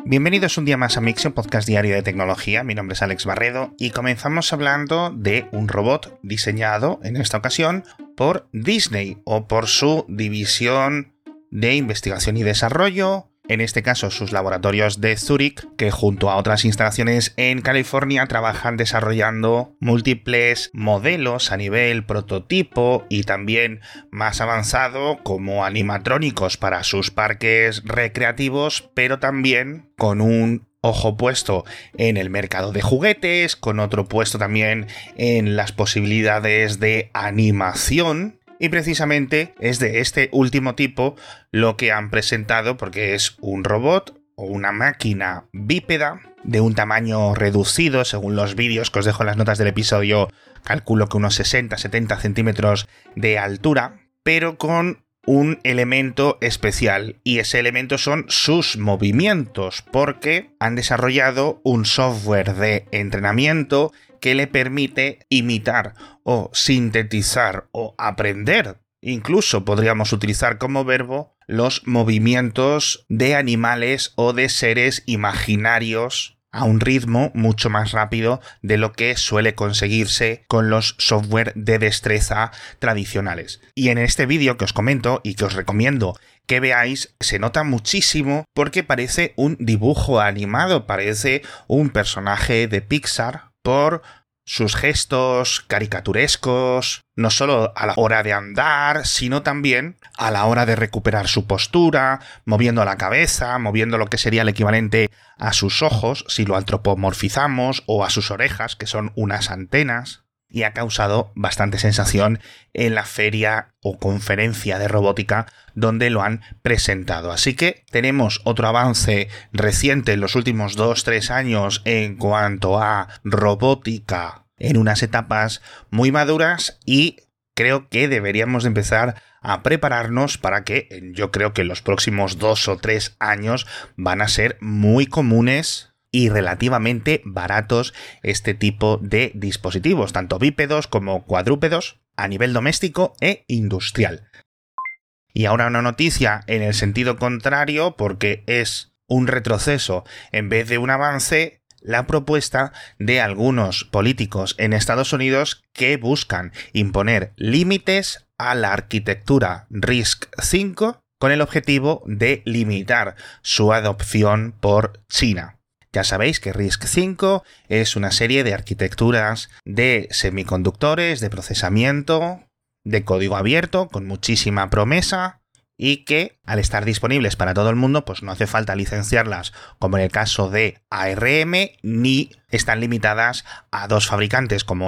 Bienvenidos un día más a Mixio, podcast diario de tecnología. Mi nombre es Alex Barredo y comenzamos hablando de un robot diseñado, en esta ocasión, por Disney o por su división de investigación y desarrollo, en este caso sus laboratorios de Zurich, que junto a otras instalaciones en California trabajan desarrollando múltiples modelos a nivel prototipo y también más avanzado como animatrónicos para sus parques recreativos, pero también con un ojo puesto en el mercado de juguetes, con otro puesto también en las posibilidades de animación. Y precisamente es de este último tipo lo que han presentado, porque es un robot o una máquina bípeda de un tamaño reducido, según los vídeos que os dejo en las notas del episodio, calculo que unos 60-70 centímetros de altura, pero con un elemento especial, y ese elemento son sus movimientos, porque han desarrollado un software de entrenamiento que le permite imitar o sintetizar o aprender, incluso podríamos utilizar como verbo, los movimientos de animales o de seres imaginarios a un ritmo mucho más rápido de lo que suele conseguirse con los software de destreza tradicionales. Y en este vídeo que os comento y que os recomiendo que veáis, se nota muchísimo porque parece un dibujo animado, parece un personaje de Pixar por sus gestos caricaturescos, no solo a la hora de andar, sino también a la hora de recuperar su postura, moviendo la cabeza, moviendo lo que sería el equivalente a sus ojos, si lo antropomorfizamos, o a sus orejas, que son unas antenas, y ha causado bastante sensación en la feria o conferencia de robótica donde lo han presentado. Así que tenemos otro avance reciente en los últimos 2-3 años en cuanto a robótica en unas etapas muy maduras, y creo que deberíamos de empezar a prepararnos para que yo creo que en los próximos 2 o 3 años van a ser muy comunes y relativamente baratos este tipo de dispositivos, tanto bípedos como cuadrúpedos, a nivel doméstico e industrial. Y ahora una noticia en el sentido contrario, porque es un retroceso en vez de un avance, la propuesta de algunos políticos en Estados Unidos que buscan imponer límites a la arquitectura RISC-V con el objetivo de limitar su adopción por China. Ya sabéis que RISC-V es una serie de arquitecturas de semiconductores, de procesamiento, de código abierto, con muchísima promesa, y que al estar disponibles para todo el mundo, pues no hace falta licenciarlas como en el caso de ARM, ni están limitadas a 2 fabricantes como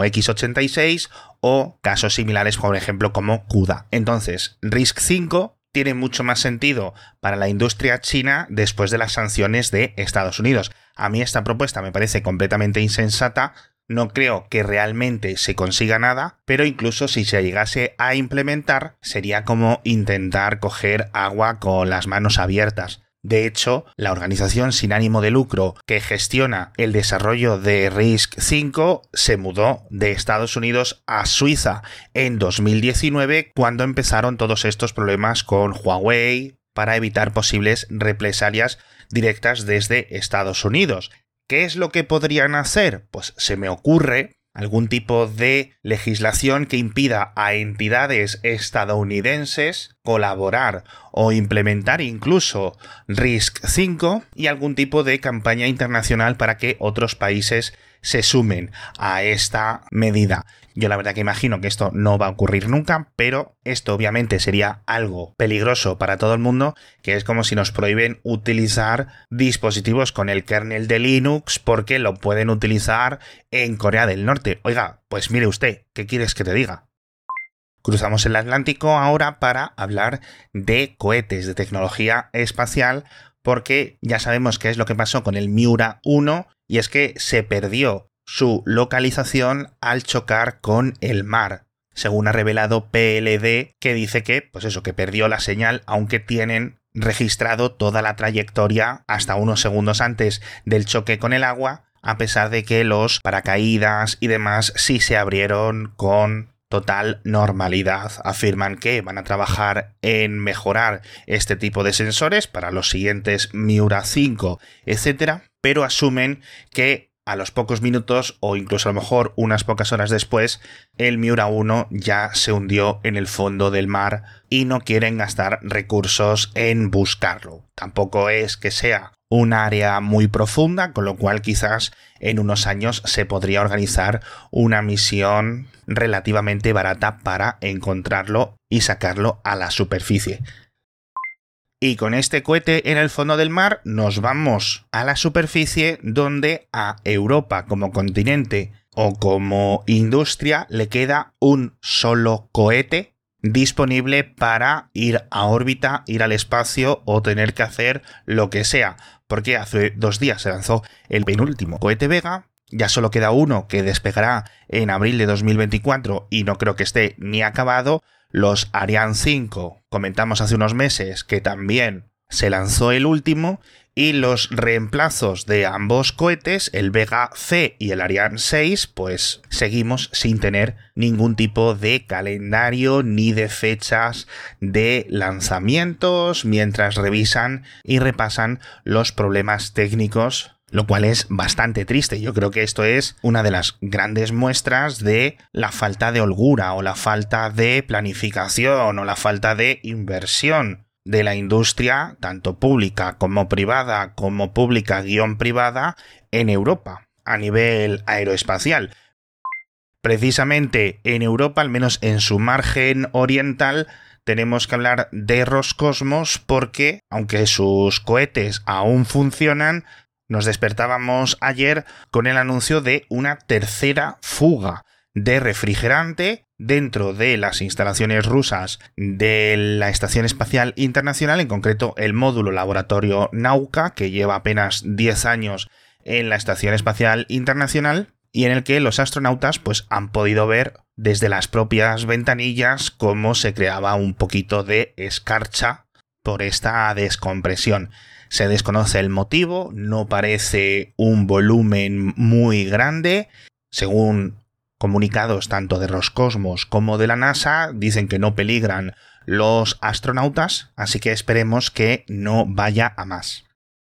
x86 o casos similares, por ejemplo, como CUDA. Entonces, RISC-V tiene mucho más sentido para la industria china después de las sanciones de Estados Unidos. A mí esta propuesta me parece completamente insensata, no creo que realmente se consiga nada, pero incluso si se llegase a implementar, sería como intentar coger agua con las manos abiertas. De hecho, la organización sin ánimo de lucro que gestiona el desarrollo de RISC-V se mudó de Estados Unidos a Suiza en 2019, cuando empezaron todos estos problemas con Huawei, para evitar posibles represalias directas desde Estados Unidos. ¿Qué es lo que podrían hacer? Pues se me ocurre algún tipo de legislación que impida a entidades estadounidenses colaborar o implementar incluso RISC-V, y algún tipo de campaña internacional para que otros países se sumen a esta medida. Yo la verdad que imagino que esto no va a ocurrir nunca, pero esto obviamente sería algo peligroso para todo el mundo, que es como si nos prohíben utilizar dispositivos con el kernel de Linux porque lo pueden utilizar en Corea del Norte. Oiga, pues mire usted, ¿qué quieres que te diga? Cruzamos el Atlántico ahora para hablar de cohetes, de tecnología espacial, porque ya sabemos qué es lo que pasó con el Miura 1, y es que se perdió su localización al chocar con el mar, según ha revelado PLD, que dice que, pues eso, que perdió la señal, aunque tienen registrado toda la trayectoria hasta unos segundos antes del choque con el agua, a pesar de que los paracaídas y demás sí se abrieron con total normalidad. Afirman que van a trabajar en mejorar este tipo de sensores para los siguientes Miura 5, etc., pero asumen que a los pocos minutos o incluso a lo mejor unas pocas horas después, el Miura 1 ya se hundió en el fondo del mar y no quieren gastar recursos en buscarlo. Tampoco es que sea un área muy profunda, con lo cual quizás en unos años se podría organizar una misión relativamente barata para encontrarlo y sacarlo a la superficie. Y con este cohete en el fondo del mar nos vamos a la superficie, donde a Europa como continente o como industria le queda un solo cohete disponible para ir a órbita, ir al espacio o tener que hacer lo que sea. Porque hace 2 días se lanzó el penúltimo cohete Vega, ya solo queda uno que despegará en abril de 2024 y no creo que esté ni acabado. Los Ariane 5, comentamos hace unos meses que también se lanzó el último, y los reemplazos de ambos cohetes, el Vega C y el Ariane 6, pues seguimos sin tener ningún tipo de calendario ni de fechas de lanzamientos mientras revisan y repasan los problemas técnicos, lo cual es bastante triste. Yo creo que esto es una de las grandes muestras de la falta de holgura o la falta de planificación o la falta de inversión de la industria, tanto pública como privada, como pública-privada, en Europa, a nivel aeroespacial. Precisamente en Europa, al menos en su margen oriental, tenemos que hablar de Roscosmos porque, aunque sus cohetes aún funcionan, nos despertábamos ayer con el anuncio de una tercera fuga de refrigerante dentro de las instalaciones rusas de la Estación Espacial Internacional, en concreto el módulo laboratorio Nauka, que lleva apenas 10 años en la Estación Espacial Internacional, y en el que los astronautas pues han podido ver desde las propias ventanillas cómo se creaba un poquito de escarcha por esta descompresión. Se desconoce el motivo, no parece un volumen muy grande. Según comunicados tanto de Roscosmos como de la NASA, dicen que no peligran los astronautas, así que esperemos que no vaya a más.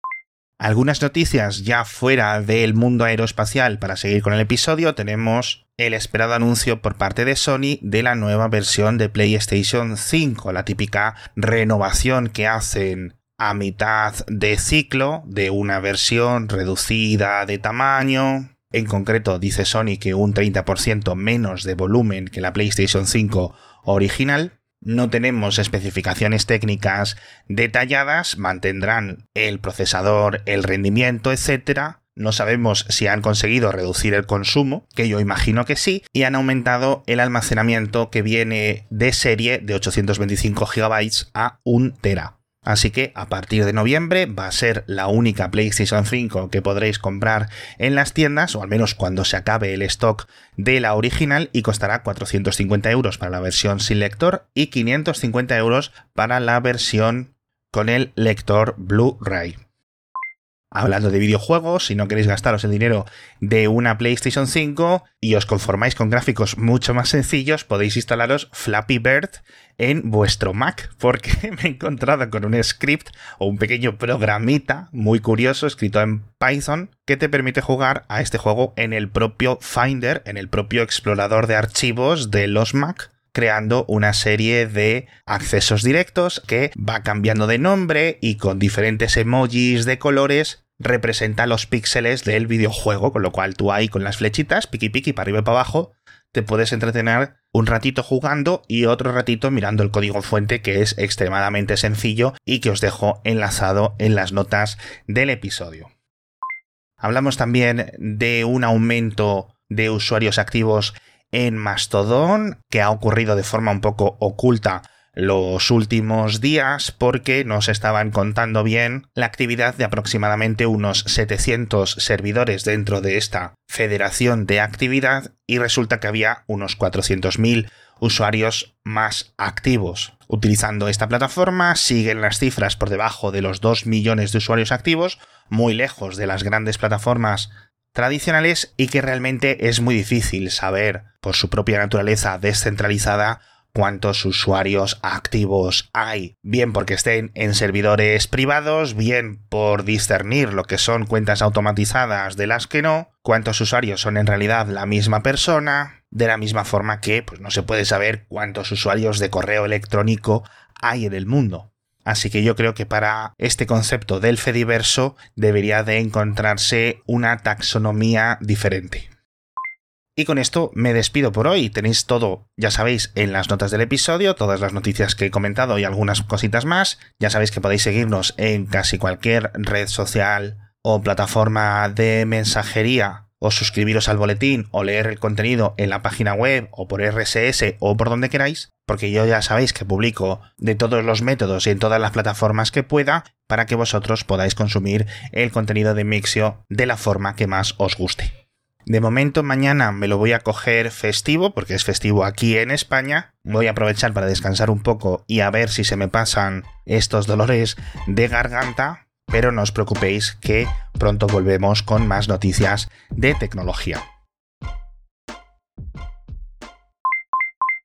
Algunas noticias ya fuera del mundo aeroespacial para seguir con el episodio. Tenemos el esperado anuncio por parte de Sony de la nueva versión de PlayStation 5, la típica renovación que hacen a mitad de ciclo de una versión reducida de tamaño. En concreto, dice Sony que un 30% menos de volumen que la PlayStation 5 original. No tenemos especificaciones técnicas detalladas, mantendrán el procesador, el rendimiento, etc. No sabemos si han conseguido reducir el consumo, que yo imagino que sí, y han aumentado el almacenamiento que viene de serie de 825 GB a 1 TB. Así que a partir de noviembre va a ser la única PlayStation 5 que podréis comprar en las tiendas, o al menos cuando se acabe el stock de la original, y costará 450 € para la versión sin lector y 550 € para la versión con el lector Blu-ray. Hablando de videojuegos, si no queréis gastaros el dinero de una PlayStation 5 y os conformáis con gráficos mucho más sencillos, podéis instalaros Flappy Bird en vuestro Mac, porque me he encontrado con un script o un pequeño programita muy curioso escrito en Python que te permite jugar a este juego en el propio Finder, en el propio explorador de archivos de los Mac, creando una serie de accesos directos que va cambiando de nombre y con diferentes emojis de colores representa los píxeles del videojuego, con lo cual tú ahí con las flechitas, piqui piqui, para arriba y para abajo, te puedes entretener un ratito jugando y otro ratito mirando el código fuente, que es extremadamente sencillo y que os dejo enlazado en las notas del episodio. Hablamos también de un aumento de usuarios activos en Mastodon, que ha ocurrido de forma un poco oculta los últimos días porque nos estaban contando bien la actividad de aproximadamente unos 700 servidores dentro de esta federación de actividad, y resulta que había unos 400.000 usuarios más activos utilizando esta plataforma. Siguen las cifras por debajo de los 2 millones de usuarios activos, muy lejos de las grandes plataformas tradicionales y que realmente es muy difícil saber, por su propia naturaleza descentralizada, cuántos usuarios activos hay, bien porque estén en servidores privados, bien por discernir lo que son cuentas automatizadas de las que no, cuántos usuarios son en realidad la misma persona, de la misma forma que no se puede saber cuántos usuarios de correo electrónico hay en el mundo. Así que yo creo que para este concepto del Fediverso debería de encontrarse una taxonomía diferente. Y con esto me despido por hoy. Tenéis todo, ya sabéis, en las notas del episodio, todas las noticias que he comentado y algunas cositas más. Ya sabéis que podéis seguirnos en casi cualquier red social o plataforma de mensajería, o suscribiros al boletín o leer el contenido en la página web o por RSS o por donde queráis, porque yo ya sabéis que publico de todos los métodos y en todas las plataformas que pueda para que vosotros podáis consumir el contenido de Mixio de la forma que más os guste. De momento mañana me lo voy a coger festivo, porque es festivo aquí en España. Voy a aprovechar para descansar un poco y a ver si se me pasan estos dolores de garganta, pero no os preocupéis que pronto volvemos con más noticias de tecnología.